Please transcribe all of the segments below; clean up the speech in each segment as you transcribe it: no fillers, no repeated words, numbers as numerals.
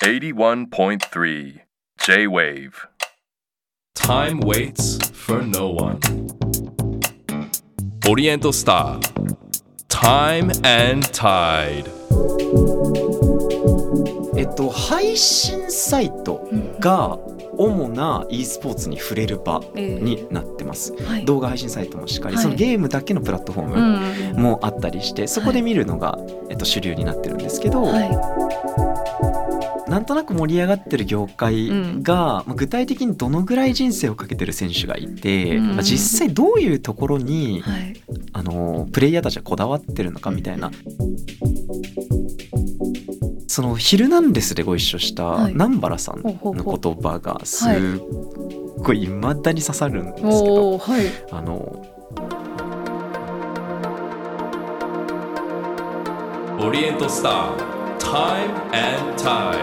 81.3 J-Wave Time waits for no one. Oriental Star Time and Tide。 配信サイトが主な e スポーツに触れる場になってます、動画配信サイトもしっかり、そのゲームだけのプラットフォームもあったりして、そこで見るのが、主流になってるんですけど、なんとなく盛り上がってる業界が、具体的にどのぐらい人生をかけてる選手がいて、実際どういうところに、プレイヤーたちはこだわってるのかみたいな、そのヒルナンデスでご一緒した南原さんの言葉がすっごい未だに刺さるんですけど、 オリエントスター Time and Tide。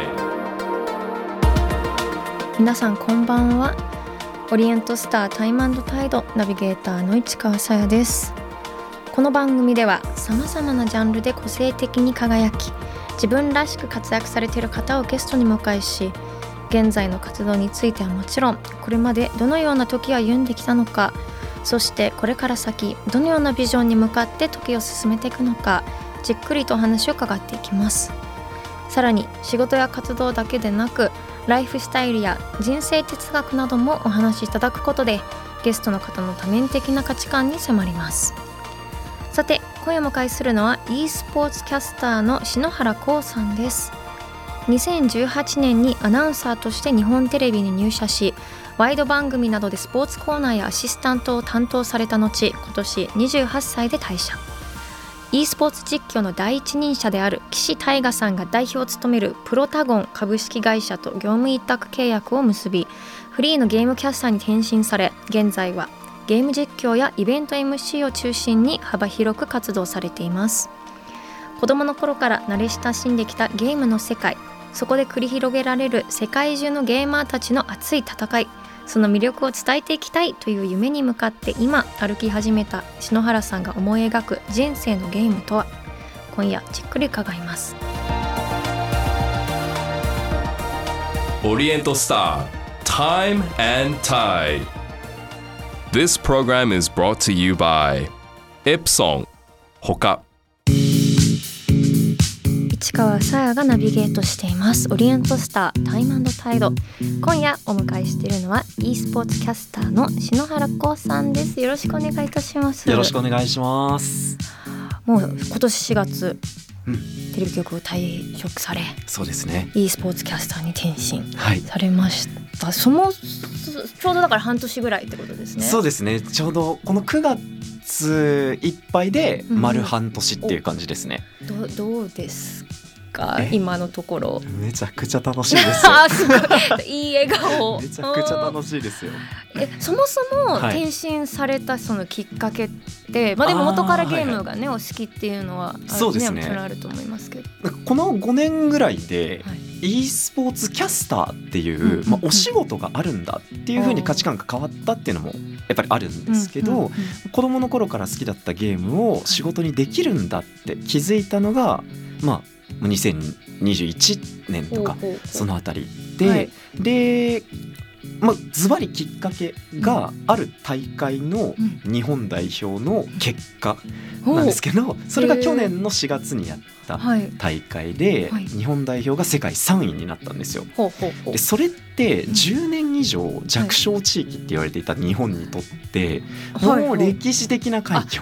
皆さんこんばんは。オリエントスタータイム&タイドナビゲーターの市川さやです。この番組ではさまざまなジャンルで個性的に輝き、自分らしく活躍されている方をゲストに迎えし、現在の活動についてはもちろん、これまでどのような時を歩んできたのか、そしてこれから先どのようなビジョンに向かって時を進めていくのか、じっくりとお話を伺っていきます。さらに仕事や活動だけでなく、ライフスタイルや人生哲学などもお話しいただくことで、ゲストの方の多面的な価値観に迫ります。さて、今夜も迎えするのは e スポーツキャスターの篠原光さんです。2018年にアナウンサーとして日本テレビに入社し、ワイド番組などでスポーツコーナーやアシスタントを担当された後、今年28歳で退社。 e スポーツ実況の第一人者である岸大我さんが代表を務めるプロタゴン株式会社と業務委託契約を結び、フリーのゲームキャスターに転身され、現在はゲーム実況やイベント MC を中心に幅広く活動されています。子どもの頃から慣れ親しんできたゲームの世界、そこで繰り広げられる世界中のゲーマーたちの熱い戦い、その魅力を伝えていきたいという夢に向かって今歩き始めた篠原さんが思い描く人生のゲームとは、今夜じっくり伺います。 オリエントスター Time and Tide。This program is brought to you by Epson ほか。 市川さやがナビゲートしていますオリエントスタータイム&タイド。今夜お迎えしているのは e スポーツキャスターの篠原光さんです。よろしくお願いいたします。 よろしくお願いします。 もう今年4月、テレビ局を退職され、 そうですね、 e スポーツキャスターに転身されました、ちょうどだから半年ぐらいってことですね。 そうですね、ちょうどこの9月いっぱいで丸半年っていう感じですね。 どうですか今のところ。めちゃくちゃ楽しいですよすごいいい笑顔めちゃくちゃ楽しいですよ。 そもそも転身されたそのきっかけって、でも元からゲームがね、お好きっていうのはそうですね、 もちろんあると思いますけど、 この5年ぐらいで、e スポーツキャスターっていう、お仕事があるんだっていう風に価値観が変わったっていうのもやっぱりあるんですけど、子供の頃から好きだったゲームを仕事にできるんだって気づいたのが、2021年とかそのあたりで、ズバリきっかけがある大会の日本代表の結果なんですけど、それが去年の4月にやった大会で日本代表が世界3位になったんですよ。でそれって10年以上弱小地域って言われていた日本にとってもう歴史的な快挙。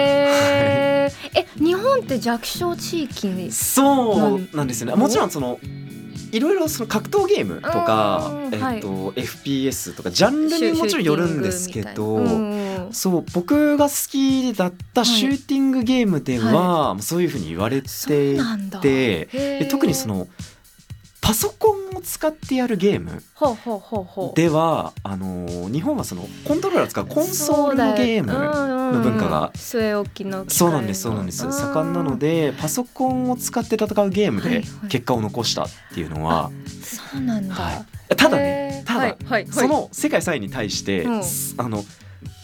日本って弱小地域そうなんですよね。もちろんいろいろその格闘ゲームとか、FPS とかジャンルにもちろんよるんですけど、そう僕が好きだったシューティングゲームではそういうふうに言われていて、で特にパソコンを使ってやるゲームでは日本はコントローラーを使うコンソールのゲームの文化が据え置きのそうなんです盛んなので、パソコンを使って戦うゲームで結果を残したっていうのは、 そうなんだ、 ただその世界3位に対して、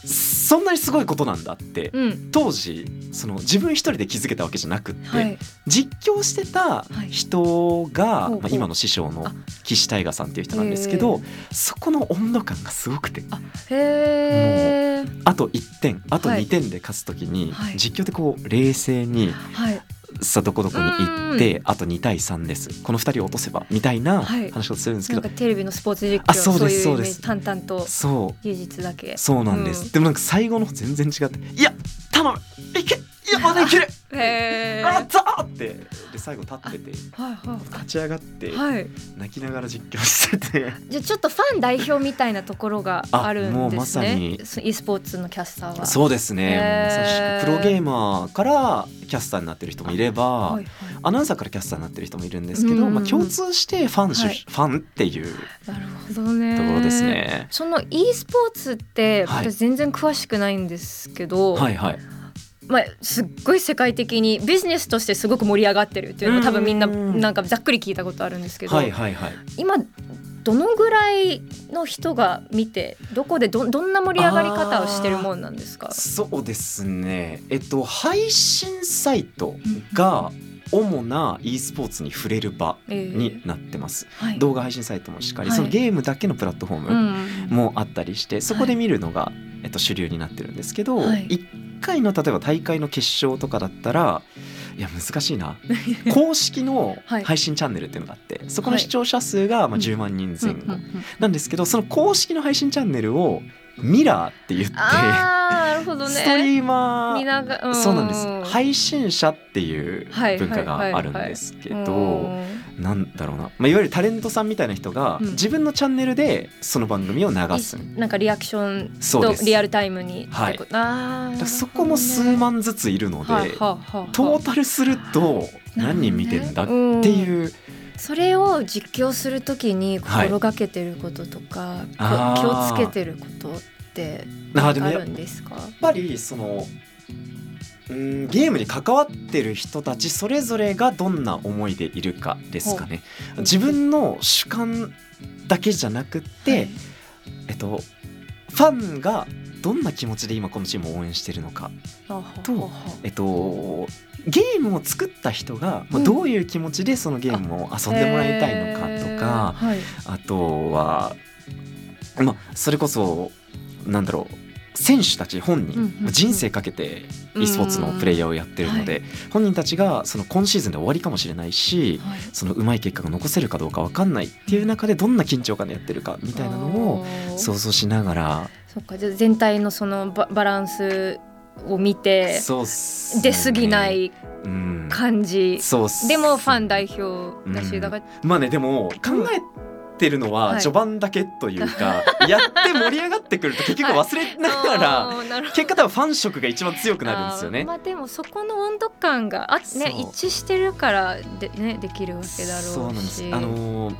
そんなにすごいことなんだって、 うん、 当時その自分一人で気づけたわけじゃなくって、 はい、 実況してた人が、 はい今の師匠の岸大河さんっていう人なんですけど、そこの温度感がすごくて、 へー、 あと1点あと2点で勝つ時に、 はい、 実況でこう冷静に、 はい、 さあどこどこに行ってあと2対3です、この2人を落とせばみたいな話をするんですけど、 なんかテレビのスポーツ実況、 そうですそういうイメージ、淡々と事実だけ、 そうなんです、でもなんか最後の方全然違って、いや頼むいけ、いやまだいけるあったーってで最後立ってて、 はいはい、 立ち上がって、 はい、 泣きながら実況しててじゃあちょっとファン代表みたいなところがあるんですね。 もうまさに e スポーツのキャスターは。 そうですね、まさしくプロゲーマーからキャスターになってる人もいれば、はいはい、アナウンサーからキャスターになってる人もいるんですけど、共通してファン、はい、ファンっていうなるほどねところですね。 その e スポーツって私全然詳しくないんですけど、はいはい、すっごい世界的にビジネスとしてすごく盛り上がってるっていうのは多分みんななんかざっくり聞いたことあるんですけど、はいはいはい、今どのぐらいの人が見てどこで どんな盛り上がり方をしてるもんなんですか？ そうですね、配信サイトが主な e スポーツに触れる場になってます、はい、動画配信サイトもしっかり、はい、そのゲームだけのプラットフォームもあったりして、そこで見るのが、主流になってるんですけど、はい、1回の例えば大会の決勝とかだったら、いや難しいな公式の配信チャンネルっていうのがあって、はい、そこの視聴者数が10万人前後なんですけど、その公式の配信チャンネルをミラーって言って、なるほどね、ストリーマー、そうなんです、配信者っていう文化があるんですけど、なんだろうな、いわゆるタレントさんみたいな人が自分のチャンネルでその番組を流す、 なんかリアクションとリアルタイムに、はい、 そこも数万ずついるので、トータルすると何人見てんだっていう、 それを実況するときに心がけてることとか、はい、気をつけてることってあるんですか？ やっぱりそのゲームに関わってる人たちそれぞれがどんな思いでいるかですかね。自分の主観だけじゃなくって、はい、ファンがどんな気持ちで今このチームを応援してるのかと、ゲームを作った人がどういう気持ちでそのゲームを遊んでもらいたいのかとか、あとは、それこそなんだろう、選手たち本人、人生かけて e スポーツのプレイヤーをやってるので、本人たちがその今シーズンで終わりかもしれないし、そのうまい結果が残せるかどうか分かんないっていう中でどんな緊張感でやってるかみたいなのを想像しながら、 そっか、じゃあ全体のそのバランスを見て、出過ぎない感じ、でもファン代表だし、だからでも考えてるのは序盤だけというか、やって盛り上がってくると結局忘れながら、結果多分ファン色が一番強くなるんですよね。 でもそこの温度感が一致してるからできるわけだろうし。 そうなんです。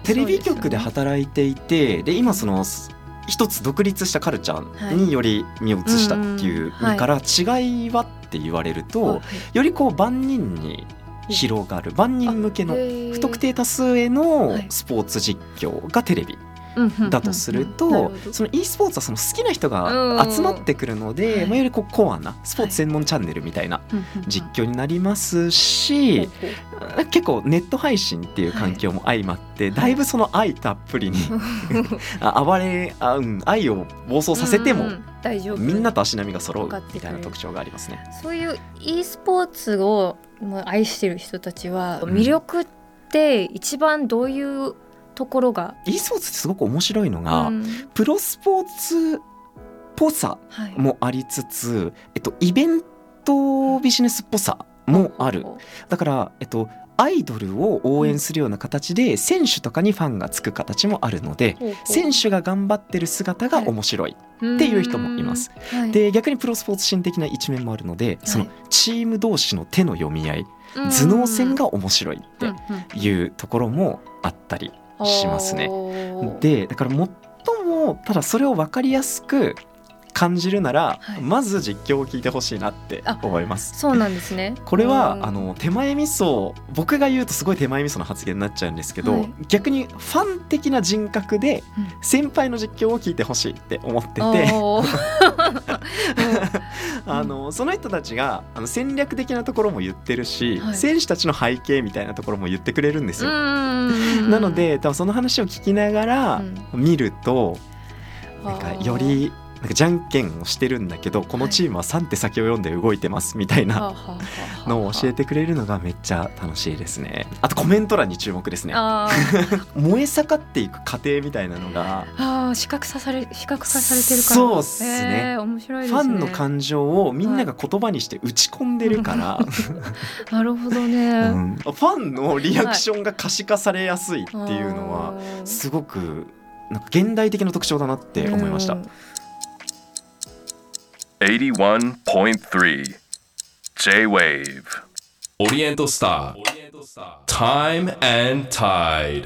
テレビ局で働いていて、で今その一つ独立したカルチャーにより身を移したっていうから違いはって言われると、よりこう万人に広がる、万人向けの不特定多数へのスポーツ実況がテレビだとすると、その e スポーツはその好きな人が集まってくるので、よりこうコアなスポーツ専門チャンネルみたいな実況になりますし、結構ネット配信っていう環境も相まって、だいぶその愛たっぷりに愛を暴走させてもみんなと足並みが揃うみたいな特徴がありますね。 そういう e スポーツを愛してる人たちは魅力って一番どういうところが、 e スポーツってすごく面白いのが、プロスポーツっぽさもありつつ、イベントビジネスっぽさもある。だから、アイドルを応援するような形で選手とかにファンがつく形もあるので、選手が頑張ってる姿が面白いっていう人もいます。で、逆にプロスポーツ心的な一面もあるので、そのチーム同士の手の読み合い、頭脳戦が面白いっていうところもあったりしますね。で、だから最もただそれを分かりやすく感じるなら、 はい、 まず実況を聞いてほしいなって思います。 そうなんですね。 これは手前味噌、僕が言うとすごい手前味噌の発言になっちゃうんですけど、はい、逆にファン的な人格で先輩の実況を聞いてほしいって思ってて、その人たちが戦略的なところも言ってるし、はい、選手たちの背景みたいなところも言ってくれるんですよ。なので多分その話を聞きながら見ると、なんかよりなんかじゃんけんをしてるんだけど、このチームは3手先を読んで動いてますみたいなのを教えてくれるのがめっちゃ楽しいですね。あとコメント欄に注目ですね。燃え盛っていく過程みたいなのが視覚化されてるから。 そうっすね。 面白いですね。 ファンの感情をみんなが言葉にして打ち込んでるから、 なるほどね、 ファンのリアクションが可視化されやすいっていうのはすごくなんか現代的な特徴だなって思いました。 81.3 J-Wave オリエントスター Time and Tide。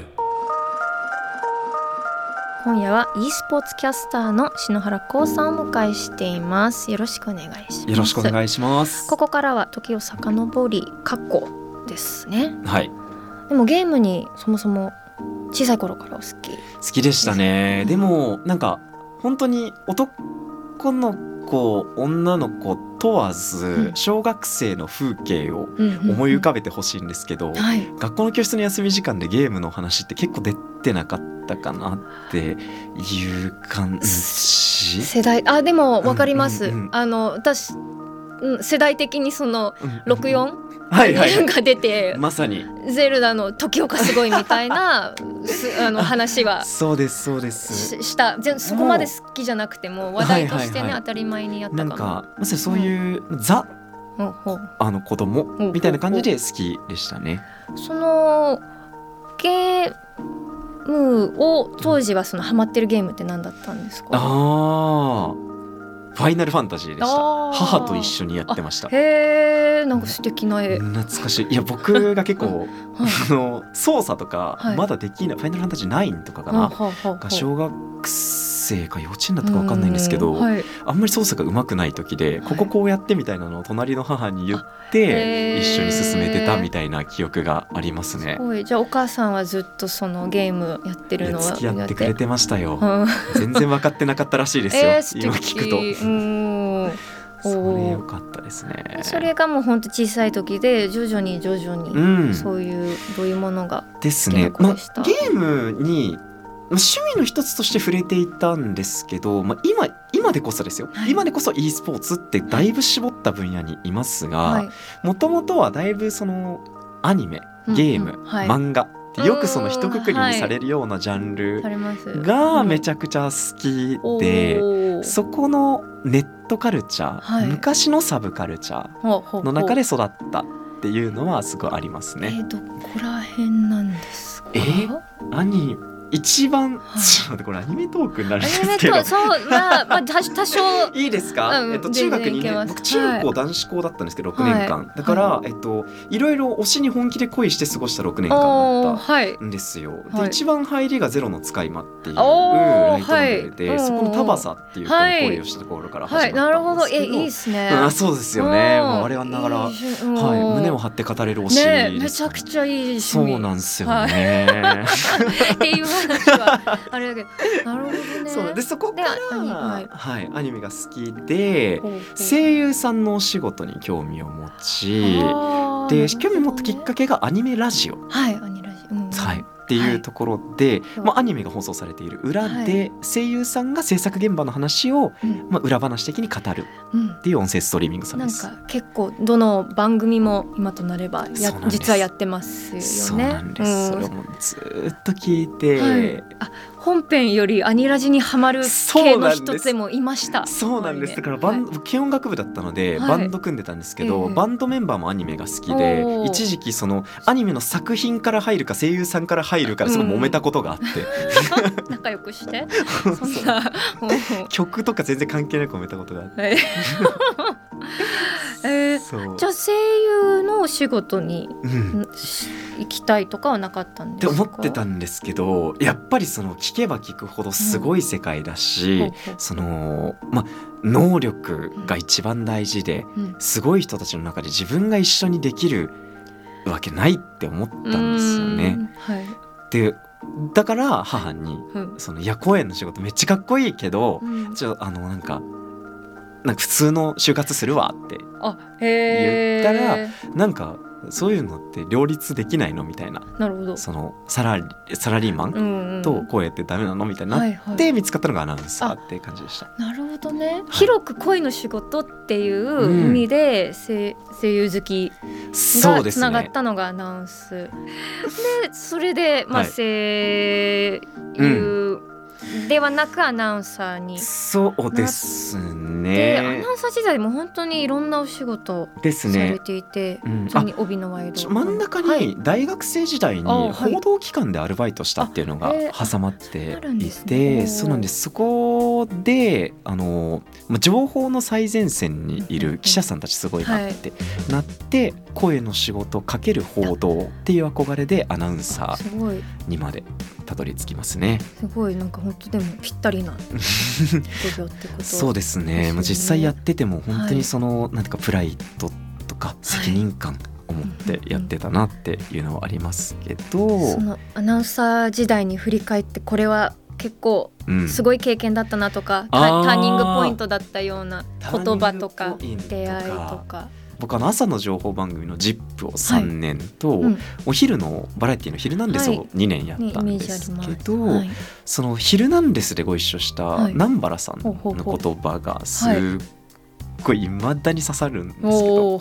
今夜は e スポーツキャスターの篠原光さんをお迎えしています。よろしくお願いします。 よろしくお願いします。 ここからは時を遡り過去ですね。 はい。 でもゲームにそもそも小さい頃からお好きでしたね。でもなんか本当に男の子女の子問わず小学生の風景を思い浮かべてほしいんですけど、学校の教室の休み時間でゲームの話って結構出てなかったかなっていう感じ。 世代でも分かります、私、世代的にその64が出て、 まさにゼルダの時岡すごいみたいな話はそうですした。そこまで好きじゃなくても話題としてね、当たり前にやったかも。 なんかまさにそういう、ザ子供みたいな感じで好きでしたね。 そのゲームを当時はハマってるゲームって何だったんですか？ ファイナルファンタジーでした。母と一緒にやってました。 へー、なんか素敵な絵。 懐かしい。いや僕が結構操作とかまだできない、ファイナルファンタジー9とかかな、が小学生か幼稚園だったか分かんないんですけど、あんまり操作が上手くない時で、こうやってみたいなのを隣の母に言って一緒に進めてたみたいな記憶がありますね。 じゃあお母さんはずっとそのゲームやってるのは付き合ってくれてましたよ。全然分かってなかったらしいですよ。今聞くとそれ良かったですね。 それがもう本当小さい時で徐々にそういうどういうものがですね。ゲームに趣味の一つとして触れていたんですけど、今でこそですよ、今でこそ e スポーツってだいぶ絞った分野にいますが、もともとはだいぶそのアニメ、ゲーム、漫画よくその一括りにされるようなジャンルがめちゃくちゃ好きで、そこのネットカルチャー、昔のサブカルチャーの中で育ったっていうのはすごいありますね。 どこら辺なんですか？ 一番ちょっとこれアニメトークになるんですけど、 多少いいですか？中学2年、僕中高男子校だったんですけど6年間、だからいろいろ推しに本気で恋して過ごした6年間だったんですよ。で一番入りがゼロの使い魔っていうライトノベルで、そこのタバサっていう恋をしたところから始まったんですけど、 いいですね。 そうですよね。もう我々ながら胸を張って語れる推しです。 めちゃくちゃいい趣味。 そうなんですよね。 っていう話はあれだけど、なるほどね。 そうで、そこからアニメが好きで、声優さんのお仕事に興味を持ち、で興味を持ったきっかけがアニメラジオ。っていうところで、アニメが放送されている裏で声優さんが制作現場の話を、裏話的に語るっていう音声ストリーミングサービス。 なんか結構どの番組も今となれば実はやってますよね。 そうなんです。それもずっと聞いて、 本編よりアニラジにハマる系の一つでもいました。 そうなんです。だから軽音楽部だったのでバンド組んでたんですけど、バンドメンバーもアニメが好きで、一時期そのアニメの作品から入るか声優さんから入るかですごい揉めたことがあって、 仲良くしてそんな曲とか全然関係なく揉めたことがあって、 そうじゃあ声優のお仕事に、行きたいとかはなかったんですか？ って思ってたんですけど、やっぱりその聞けば聞くほどすごい世界だし、その能力が一番大事で、すごい人たちの中で自分が一緒にできるわけないって思ったんですよね。でだから母に、いや声の仕事めっちゃかっこいいけど、なんか普通の就活するわって言ったら、なんかそういうのって両立できないのみたいな。 なるほど。 そのサラリーマンと声ってダメなのみたいになって見つかったのがアナウンサーって感じでした。 なるほどね。広く声の仕事っていう意味で声優好きがつながったのがアナウンスで、それで声優ではなくアナウンサーに。そうですね。アナウンサー時代も本当にいろんなお仕事されていて、普通に帯のワイド、 真ん中に大学生時代に報道機関でアルバイトしたっていうのが挟まっていて、そうなんです。そこで情報の最前線にいる記者さんたちすごいなってなって、声の仕事かける報道っていう憧れでアナウンサーにまでたどり着きますね。 すごいなんか本当でもぴったりな職業ってことそうですね。実際やってても本当になんていうかプライドとか責任感を持ってやってたなっていうのはありますけど、 そのアナウンサー時代に振り返ってこれは結構すごい経験だったなとか、ターニングポイントだったような言葉とか出会いとか。 僕朝の情報番組の ZIP を3年と、お昼のバラエティのヒルナンデスを2年やったんですけど、そのヒルナンデスでご一緒した南原さんの言葉がすっごい未だに刺さるんですけど、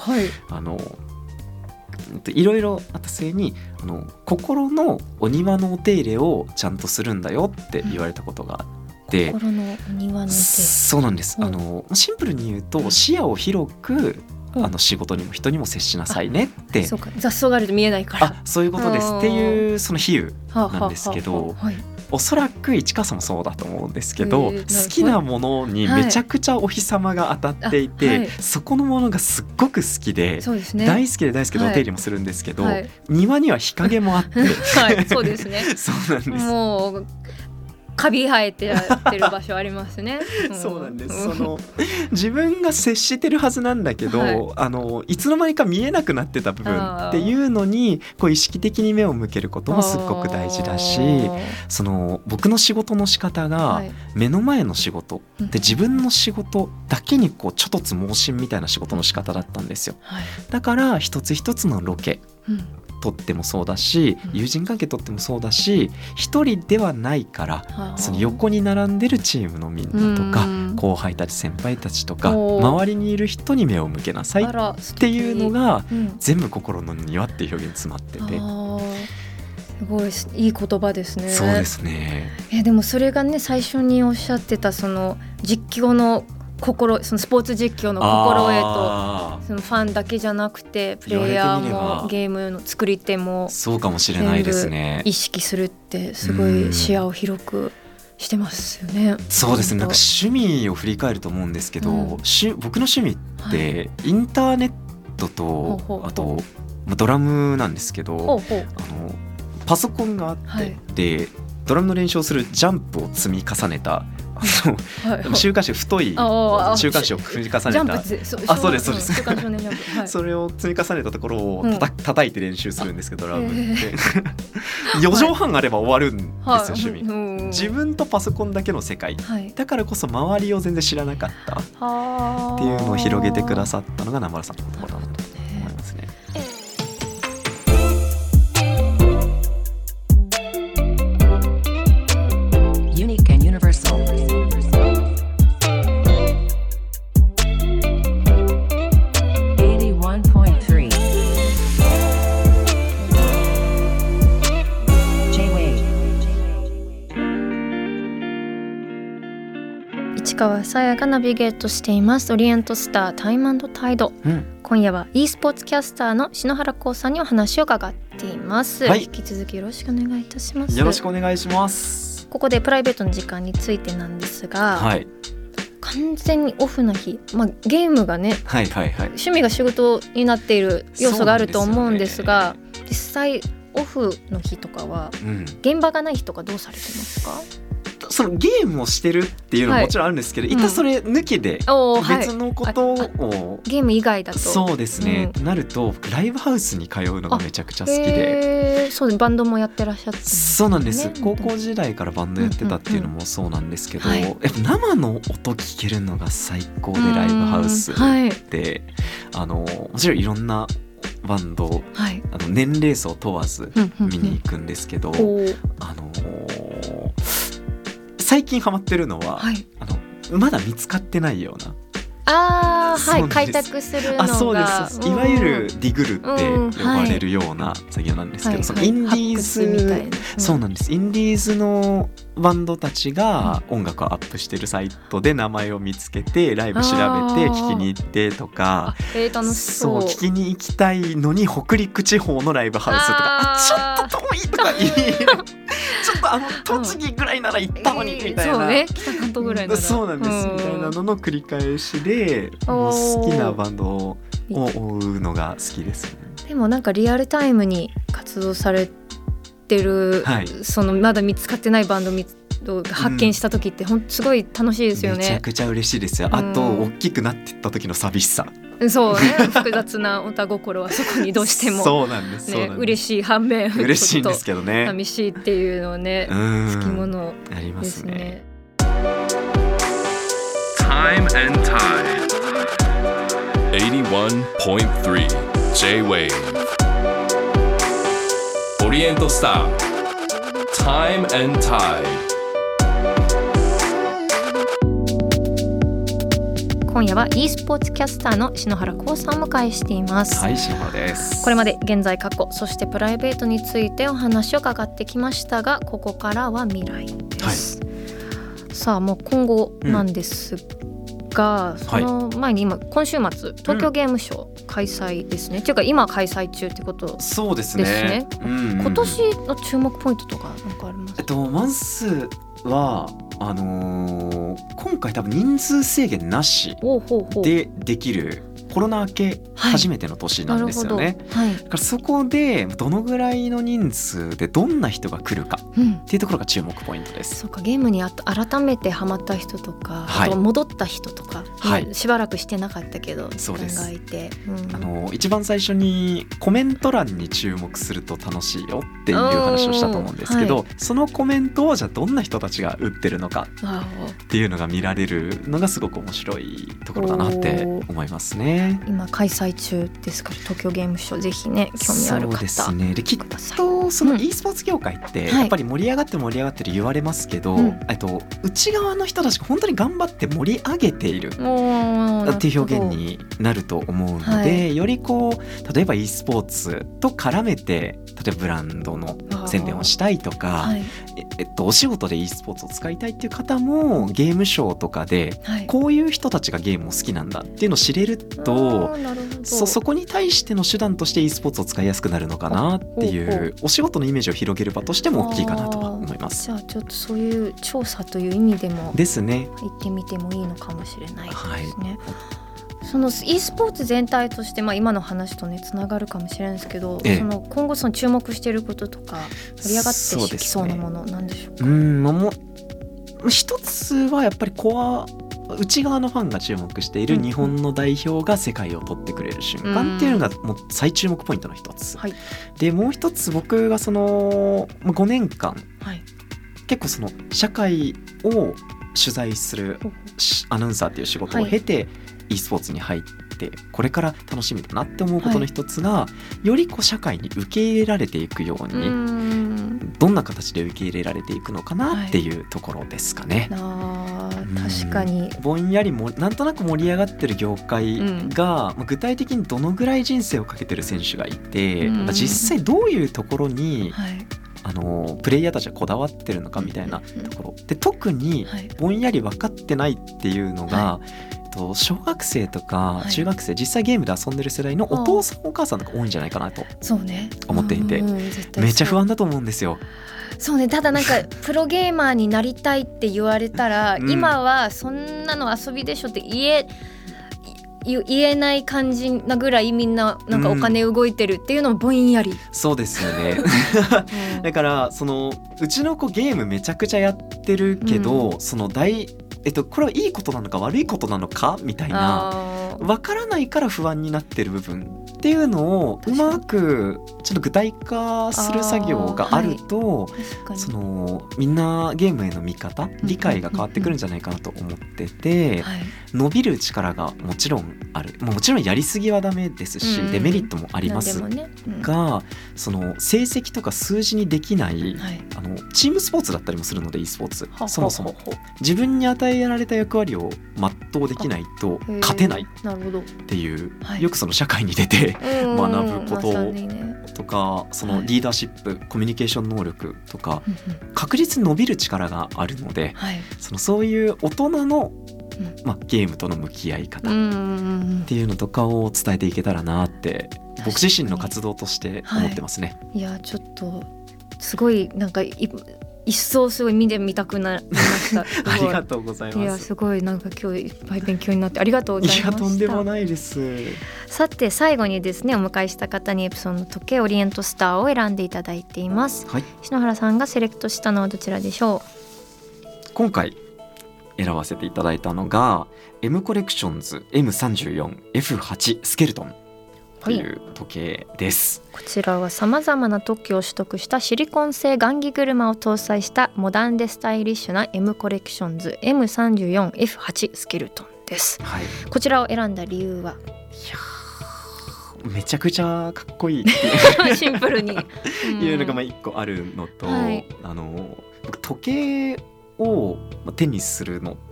いろいろあった末に心のお庭のお手入れをちゃんとするんだよって言われたことがあって、 心のお庭の手入れ。 そうなんです。シンプルに言うと視野を広く仕事にも人にも接しなさいねって。 そうか、雑草があると見えないから。 そういうことですっていうその比喩なんですけど、おそらく市川さんもそうだと思うんですけど、好きなものにめちゃくちゃお日様が当たっていて、そこのものがすっごく好きで、大好きで大好きでお手入れもするんですけど、庭には日陰もあってそうですね。 そうなんです。 もうカビ生えてる場所ありますね。 そうなんです。自分が接してるはずなんだけど、いつの間にか見えなくなってた部分っていうのに意識的に目を向けることもすごく大事だし、僕の仕事の仕方が目の前の仕事で自分の仕事だけにちょっとつ盲信みたいな仕事の仕方だったんですよ。だから一つ一つのロケとってもそうだし、友人関係とってもそうだし、一人ではないからその横に並んでるチームのみんなとか後輩たち先輩たちとか周りにいる人に目を向けなさいっていうのが全部心の庭っていう表現詰まってて、 すごいいい言葉ですね。 そうですね。 でもそれがね、最初におっしゃってたその実況の心、そのスポーツ実況の心得と、そのファンだけじゃなくてプレイヤーもゲームの作り手もそうかもしれないですね。 意識するってすごい視野を広くしてますよね。 そうですね。なんか趣味を振り返ると思うんですけど、僕の趣味ってインターネットと、あとドラムなんですけど、パソコンがあって、でドラムの練習をするジャンプを積み重ねた週刊誌、太い週刊誌を積み重ねた、そうですそうです、それを積み重ねたところを叩いて練習するんですけど、ドラムって4畳半あれば終わるんですよ、趣味。自分とパソコンだけの世界だからこそ周りを全然知らなかったっていうのを広げてくださったのが南原さんのところだなと思いますね。 Unique and universal. J-Wave. 市川さやがナビゲートしていますオリエントスタータイム&タイド、今夜は e スポーツキャスターの篠原光さんにお話を伺っています、引き続きよろしくお願いいたします。 よろしくお願いします。 ここでプライベートの時間についてなんですが、 完全にオフの日、ゲームがね、 はいはいはい、 趣味が仕事になっている要素があると思うんですが、実際オフの日とかは、現場がない日とかどうされてますか？ そのゲームをしてるっていうのももちろんあるんですけど、一旦それ抜きで別のことを、 ゲーム以外だとそうですね、なるとライブハウスに通うのがめちゃくちゃ好きで、 そうバンドもやってらっしゃったんですね。 そうなんです、高校時代からバンドやってたっていうのもそうなんですけど、やっぱ生の音聞けるのが最高で、ライブハウスで、もちろんいろんなバンド、年齢層問わず見に行くんですけど、最近ハマってるのは、まだ見つかってないような、 開拓するのが、 そうです、いわゆるディグルって呼ばれるような作業なんですけど、そのインディーズ、そうなんです、インディーズのバンドたちが音楽をアップしてるサイトで名前を見つけてライブ調べて聞きに行ってとか、 楽しそう、 聞きに行きたいのに北陸地方のライブハウスとか、ちょっと遠いとかちょっと栃木ぐらいなら行ったのにみたいな、 そうね、北関東ぐらいなら、 そうなんです、みたいなのの繰り返しで、もう好きなバンドを追うのが好きですね。 でもなんかリアルタイムに活動されてる、そのまだ見つかってないバンドが発見した時ってすごい楽しいですよね。 めちゃくちゃ嬉しいですよ。あと大きくなっていった時の寂しさ、 そうね、複雑なおた心はそこにどうしてもそうなんです、 ね、嬉しい反面嬉しいんですけどね、 寂しいっていうのはね、つきものですね。 ありますね。 Time and Tide 81.3 J-Wave オリエントスター Time and Tide。 今夜は e スポーツキャスターの篠原光さんをお迎えしています。 はい、篠原です。 これまで現在過去そしてプライベートについてお話を伺ってきましたが、ここからは未来です、さあもう今後なんですが、その前に今週末東京ゲームショウ開催ですね、っていうか今開催中ってことですね。 そうですね、 今年の注目ポイントとか何かありますか？ まずは今回多分人数制限なしでできるコロナ明け初めての年なんですよね、だからそこでどのぐらいの人数でどんな人が来るかっていうところが注目ポイントです、 そうか、ゲームに改めてハマった人とか、あと戻った人とか、しばらくしてなかったけど時間が空いて、 一番最初にコメント欄に注目すると楽しいよっていう話をしたと思うんですけど、そのコメントをじゃあどんな人たちが打ってるのかっていうのが見られるのがすごく面白いところだなって思いますね。 今開催中ですから東京ゲームショウぜひね、興味ある方。 そうですね。できっとその e スポーツ業界ってやっぱり盛り上がって言われますけど、内側の人たちが本当に頑張って盛り上げているっていう表現になると思うので、より例えば e スポーツと絡めて例えばブランドの宣伝をしたいとか、お仕事で e スポーツを使いたいっていう方もゲームショーとかでこういう人たちがゲームを好きなんだっていうのを知れると、そこに対しての手段として e スポーツを使いやすくなるのかなっていうお仕事のイメージを広げる場としても大きいかなとは思います。 じゃあちょっとそういう調査という意味でもですね、 行ってみてもいいのかもしれないですね、その e スポーツ全体として、今の話とねつながるかもしれないんですけど、その今後その注目していることとか盛り上がってきそうなものなんでしょうか？ もう一つはやっぱり内側のファンが注目している日本の代表が世界を取ってくれる瞬間っていうのがもう最注目ポイントの一つ、でもう一つ僕がその5年間、結構その社会を取材するアナウンサーっていう仕事を経て e スポーツに入ってこれから楽しみだなって思うことの一つが、より社会に受け入れられていくようにどんな形で受け入れられていくのかなっていうところですかね。 確かにぼんやりもなんとなく盛り上がってる業界が、具体的にどのぐらい人生をかけてる選手がいて、実際どういうところに、プレイヤーたちはこだわってるのかみたいなところで、特にぼんやり分かってないっていうのが、 小学生とか中学生、実際ゲームで遊んでる世代のお父さんお母さんとか多いんじゃないかなと思っていて、めっちゃ不安だと思うんですよ。 そうね、ただなんかプロゲーマーになりたいって言われたら、今はそんなの遊びでしょって言えない感じなぐらいみんななんかお金動いてるっていうのもぼんやり、 そうですよねだからうちの子ゲームめちゃくちゃやってるけど、これはいいことなのか悪いことなのかみたいな分からないから不安になってる部分っていうのをうまくちょっと具体化する作業があると、みんなゲームへの見方、理解が変わってくるんじゃないかなと思ってて、伸びる力がもちろんある。もちろんやりすぎはダメですし、デメリットもありますが、成績とか数字にできない、チームスポーツだったりもするので、e スポーツそもそも自分に与えられた役割を全うできないと勝てないっていう、よく社会に出て学ぶこととか、リーダーシップ、コミュニケーション能力とか、確実に伸びる力があるので、そういう大人のゲームとの向き合い方っていうのとかを伝えていけたらなって僕自身の活動として思ってますね。 いやちょっとすごいなんか一層すごい見てみたくなりましたありがとうございます。 いやすごいなんか今日いっぱい勉強になってありがとうございました。 いやとんでもないです。 さて最後にですね、お迎えした方にエプソンの時計オリエントスターを選んでいただいています。篠原さんがセレクトしたのはどちらでしょう？ 今回選ばせていただいたのが M コレクションズ M34F8 スケルトンという時計です。 こちらはさまざまな特許を取得したシリコン製雁木車を搭載したモダンでスタイリッシュな M コレクションズ M34F8 スケルトンです。こちらを選んだ理由は？ めちゃくちゃかっこいいシンプルにいうのが1個あるのと、僕時計を手にするのって、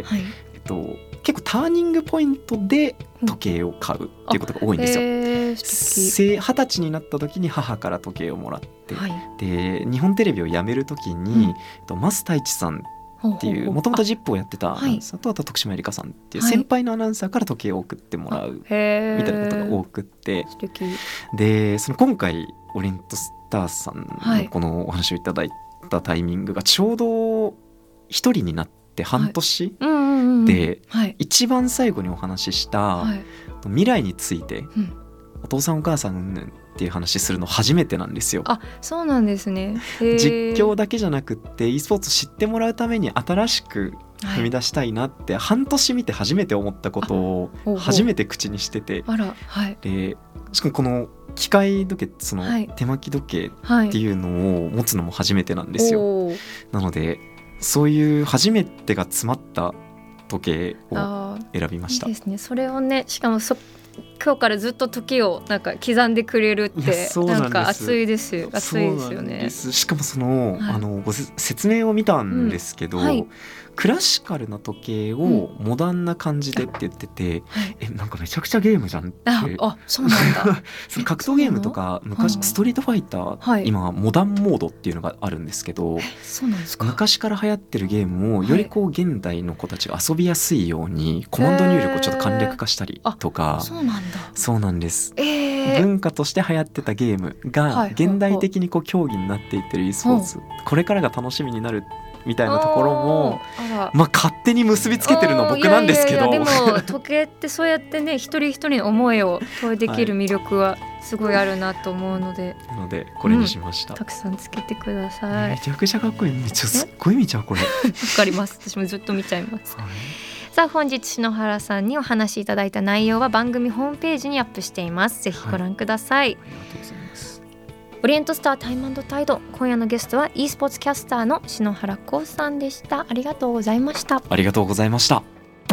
結構ターニングポイントで時計を買うっていうことが多いんですよ。20歳になった時に母から時計をもらって、で日本テレビを辞める時に、増太一さんっていうもともと ZIP をやってたアナウンサーと、あと徳島えりかさんっていう先輩のアナウンサーから時計を送ってもらうみたいなことが多くって、で今回オリエントスターさんのこのお話をいただいたタイミングがちょうど一人になって半年で、一番最後にお話しした未来について、お父さんお母さんっていう話するの初めてなんですよ。 あ、そうなんですね。 実況だけじゃなくって e スポーツ知ってもらうために新しく踏み出したいなって半年見て初めて思ったことを初めて口にしてて、でしかもこの機械時計、手巻き時計っていうのを持つのも初めてなんですよ。なのでそういう初めてが詰まった時計を選びました。 いいですね。それをね、しかも今日からずっと時をなんか刻んでくれるってなんか熱いですよ。熱いですよね。 しかもご説明を見たんですけど、クラシカルな時計をモダンな感じでって言ってて、なんかめちゃくちゃゲームじゃんって。 そうなんだ格闘ゲームとか昔ストリートファイター、今モダンモードっていうのがあるんですけど、 そうなんですか。 昔から流行ってるゲームをより現代の子たちが遊びやすいようにコマンド入力をちょっと簡略化したりとか。そうなんです、文化として流行ってたゲームが現代的に競技になっていってる e スポーツ、これからが楽しみになるみたいなところも勝手に結びつけてるの僕なんですけど、 でも時計ってそうやってね、一人一人の思いを投影できる魅力はすごいあるなと思うので、 これにしました。 たくさんつけてください。 めちゃくちゃかっこいい。すっごい見ちゃうこれ。わかります。私もずっと見ちゃいます。さあ本日篠原さんにお話しいただいた内容は番組ホームページにアップしています。ぜひご覧ください。ありがとうございます。オリエントスタータイム&タイド、今夜のゲストは e スポーツキャスターの篠原光さんでした。ありがとうございました。 ありがとうございました。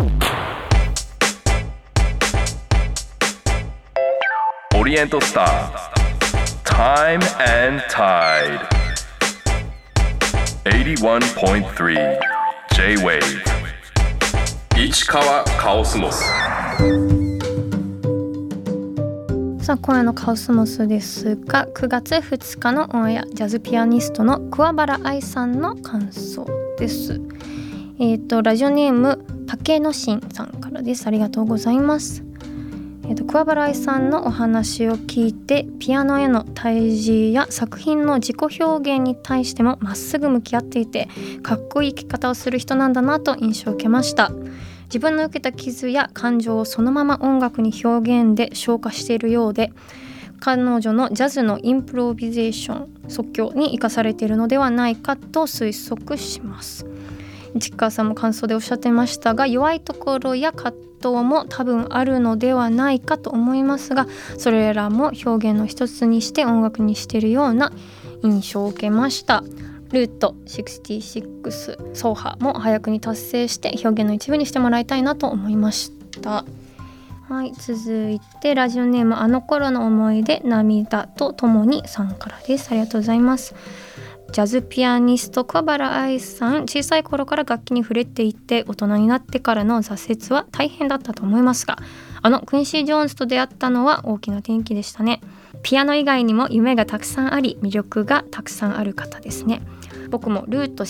オリエントスタータイム&タイド 81.3 J-Wave 市川カオスモス。 さあ今夜のカオスモスですが、9月2日のオンエア、ジャズピアニストの桑原愛さんの感想です。ラジオネーム竹野新さんからからです。ありがとうございます。桑原愛さんのお話を聞いて、ピアノへの対峙や作品の自己表現に対してもまっすぐ向き合っていて、かっこいい生き方をする人なんだなと印象を受けました。自分の受けた傷や感情をそのまま音楽に表現で消化しているようで、彼女のジャズのインプロビゼーション即興に生かされているのではないかと推測します。市川さんも感想でおっしゃってましたが、弱いところや葛藤も多分あるのではないかと思いますが、それらも表現の一つにして音楽にしているような印象を受けました。ルート66走破も早くに達成して表現の一部にしてもらいたいなと思いました。はい、続いてラジオネームあの頃の思い出涙とともにさんからです。ありがとうございます。ジャズピアニスト桑原愛さん、小さい頃から楽器に触れていて、大人になってからの挫折は大変だったと思いますが、クインシー・ジョーンズと出会ったのは大きな転機でしたね。ピアノ以外にも夢がたくさんあり、魅力がたくさんある方ですね。僕もルート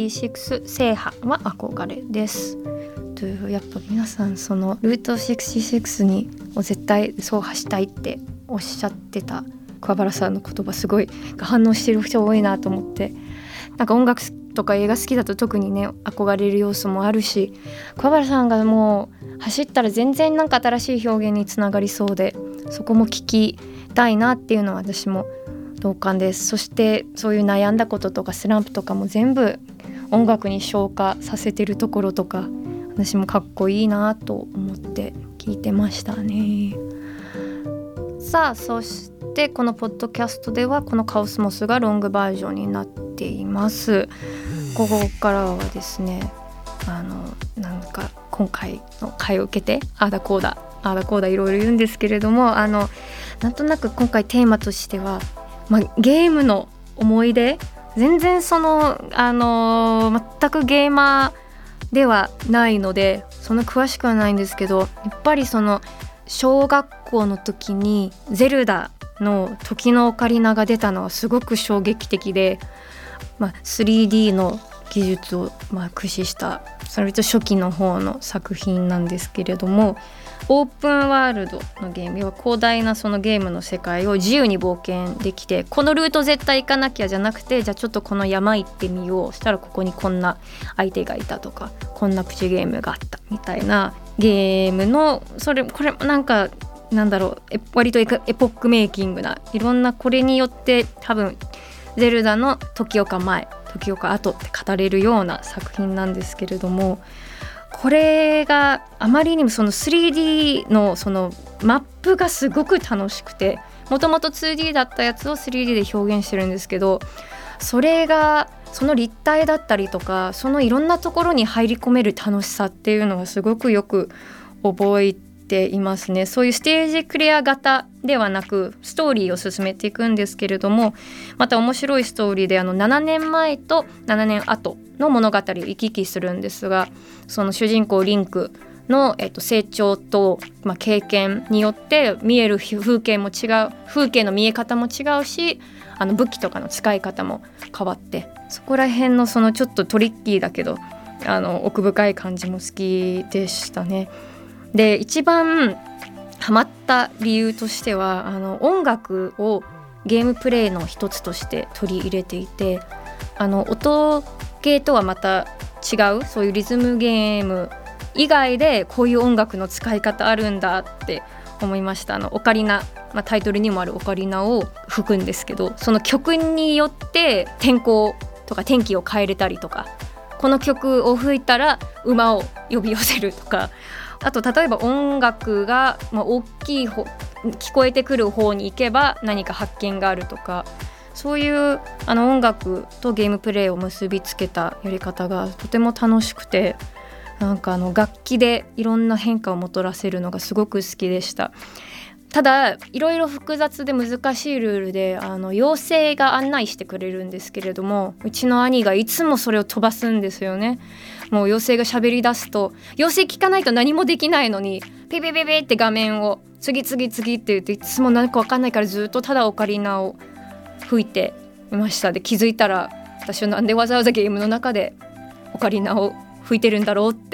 66制覇は憧れです。やっぱ皆さんそのルート66にを絶対走破したいっておっしゃってた桑原さんの言葉、すごい反応してる人多いなと思って、なんか音楽とか映画好きだと特にね憧れる要素もあるし、桑原さんがもう走ったら全然なんか新しい表現につながりそうで、そこも聞きたいなっていうのは私も同感です。そしてそういう悩んだこととかスランプとかも全部音楽に消化させてるところとか、私もかっこいいなと思って聞いてましたね。さあ、そしてこのポッドキャストではこのカオスモスがロングバージョンになっています。ここからはですね、なんか今回の回を受けてあーだこうだいろいろ言うんですけれども、なんとなく今回テーマとしては、ゲームの思い出、全然その全くゲーマーではないのでそんな詳しくはないんですけど、やっぱりその小学校の時にゼルダの時のオカリナが出たのはすごく衝撃的で、3D の技術を駆使したそれと初期の方の作品なんですけれども、オープンワールドのゲーム、要は広大なそのゲームの世界を自由に冒険できて、このルート絶対行かなきゃじゃなくて、じゃあちょっとこの山行ってみよう、したらここにこんな相手がいたとか、こんなプチゲームがあったみたいなゲームの、これもなんかなんだろう、割とエポックメイキングないろんな、これによって多分ゼルダの時岡前時岡後って語れるような作品なんですけれども、これがあまりにもその 3D のそのマップがすごく楽しくて、もともと 2D だったやつを 3D で表現してるんですけど、それがその立体だったりとか、そのいろんなところに入り込める楽しさっていうのがすごくよく覚えていますね。そういうステージクリア型ではなくストーリーを進めていくんですけれども、また面白いストーリーで7年前と7年後の物語を行き来するんですが、その主人公リンクの、成長と、経験によって見える風景も違う、風景の見え方も違うし、武器とかの使い方も変わって、そこら辺のそのちょっとトリッキーだけど奥深い感じも好きでしたね。で、一番ハマった理由としては音楽をゲームプレイの一つとして取り入れていて、音ゲーとはまた違う、そういうリズムゲーム以外でこういう音楽の使い方あるんだって思いました。オカリナ、タイトルにもあるオカリナを吹くんですけど、その曲によって天候とか天気を変えれたりとか、この曲を吹いたら馬を呼び寄せるとか、あと例えば音楽が大きい方、聞こえてくる方に行けば何か発見があるとか、そういう音楽とゲームプレイを結びつけたやり方がとても楽しくて、なんか楽器でいろんな変化をもたらせるのがすごく好きでした。ただいろいろ複雑で難しいルールで妖精が案内してくれるんですけれども、うちの兄がいつもそれを飛ばすんですよね。もう妖精が喋り出すと、妖精聞かないと何もできないのにピピピピって画面を次って言って、いつも何か分かんないからずっとただオカリナを吹いていました。で、気づいたら私はなんでわざわざゲームの中でオカリナを吹いてるんだろうって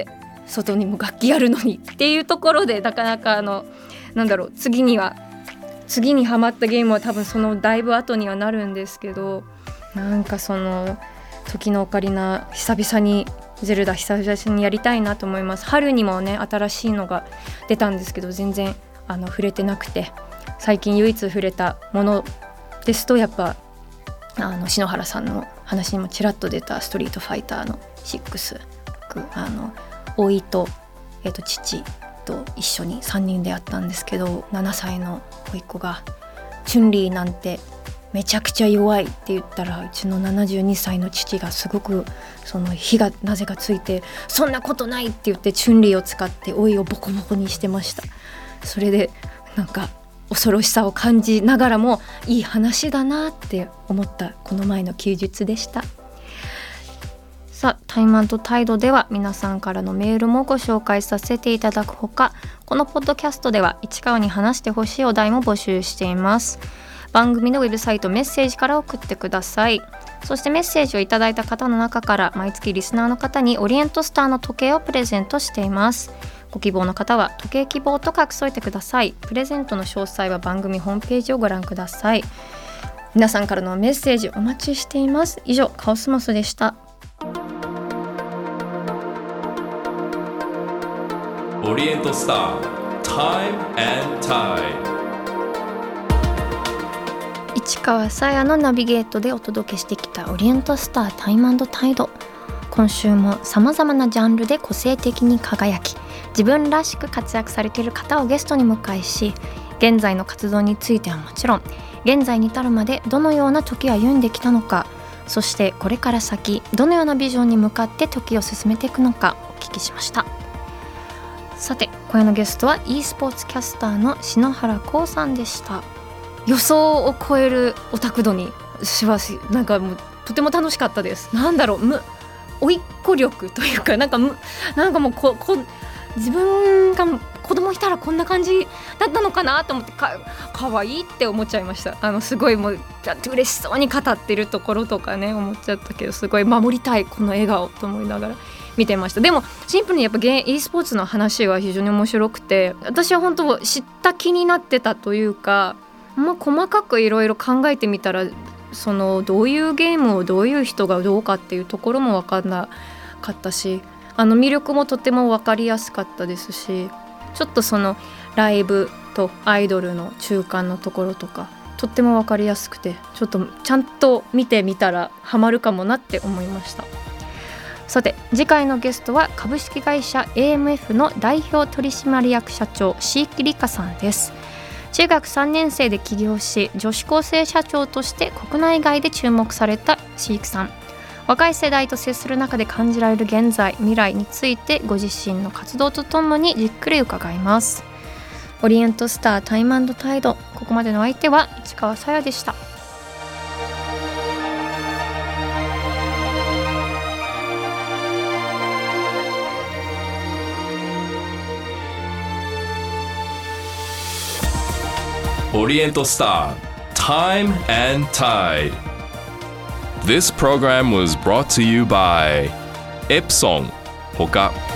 外にも楽器あるのにっていうところでなかなか次にハマったゲームは多分そのだいぶ後にはなるんですけど、なんかその時のオカリナ久々にやりたいなと思います。春にもね新しいのが出たんですけど全然触れてなくて、最近唯一触れたものですとやっぱ篠原さんの話にもちらっと出たストリートファイターの6、甥いと、父と一緒に3人でやったんですけど、7歳の甥っ子がチュンリーなんてめちゃくちゃ弱いって言ったら、うちの72歳の父がすごくその火がなぜかついて、そんなことないって言ってチュンリーを使って甥いをボコボコにしてました。それでなんか恐ろしさを感じながらもいい話だなって思ったこの前の休日でした。さあ、タイム&タイドでは皆さんからのメールもご紹介させていただくほか、このポッドキャストでは市川に話してほしいお題も募集しています。番組のウェブサイトメッセージから送ってください。そしてメッセージをいただいた方の中から毎月リスナーの方にオリエントスターの時計をプレゼントしています。ご希望の方は時計希望と書き添えてください。プレゼントの詳細は番組ホームページをご覧ください。皆さんからのメッセージお待ちしています。以上、カオスモスでした。 オリエントスター Time and Tide、 市川さやのナビゲートでお届けしてきたオリエントスタータイム&タイド。今週もさまざまなジャンルで個性的に輝き、自分らしく活躍されている方をゲストに迎えし、現在の活動についてはもちろん、現在に至るまでどのような時を歩んできたのか、そしてこれから先どのようなビジョンに向かって時を進めていくのかお聞きしました。さて、今夜のゲストは e スポーツキャスターの篠原光さんでした。予想を超えるオタク度にしばし、なんかもうとても楽しかったです。なんだろう、甥っ子力というか、なんかもう自分が子供いたらこんな感じだったのかなと思って、かわいいって思っちゃいました。すごいもう嬉しそうに語ってるところとかね思っちゃったけど、すごい守りたいこの笑顔と思いながら見てました。でもシンプルにやっぱe スポーツの話は非常に面白くて、私は本当知った気になってたというか、細かくいろいろ考えてみたら、そのどういうゲームをどういう人がどうかっていうところも分かんなかったし、魅力もとても分かりやすかったですし、ちょっとそのライブとアイドルの中間のところとかとっても分かりやすくて、ちょっとちゃんと見てみたらハマるかもなって思いました。さて、次回のゲストは株式会社 AMF の代表取締役社長椎木里香さんです。中学3年生で起業し、女子高生社長として国内外で注目された椎木さん。若い世代と接する中で感じられる現在、未来についてご自身の活動とともにじっくり伺います。オリエントスタータイム&タイド、ここまでの相手は市川さやでした。 オリエントスター Time and Tide. This program was brought to you by Epson ほか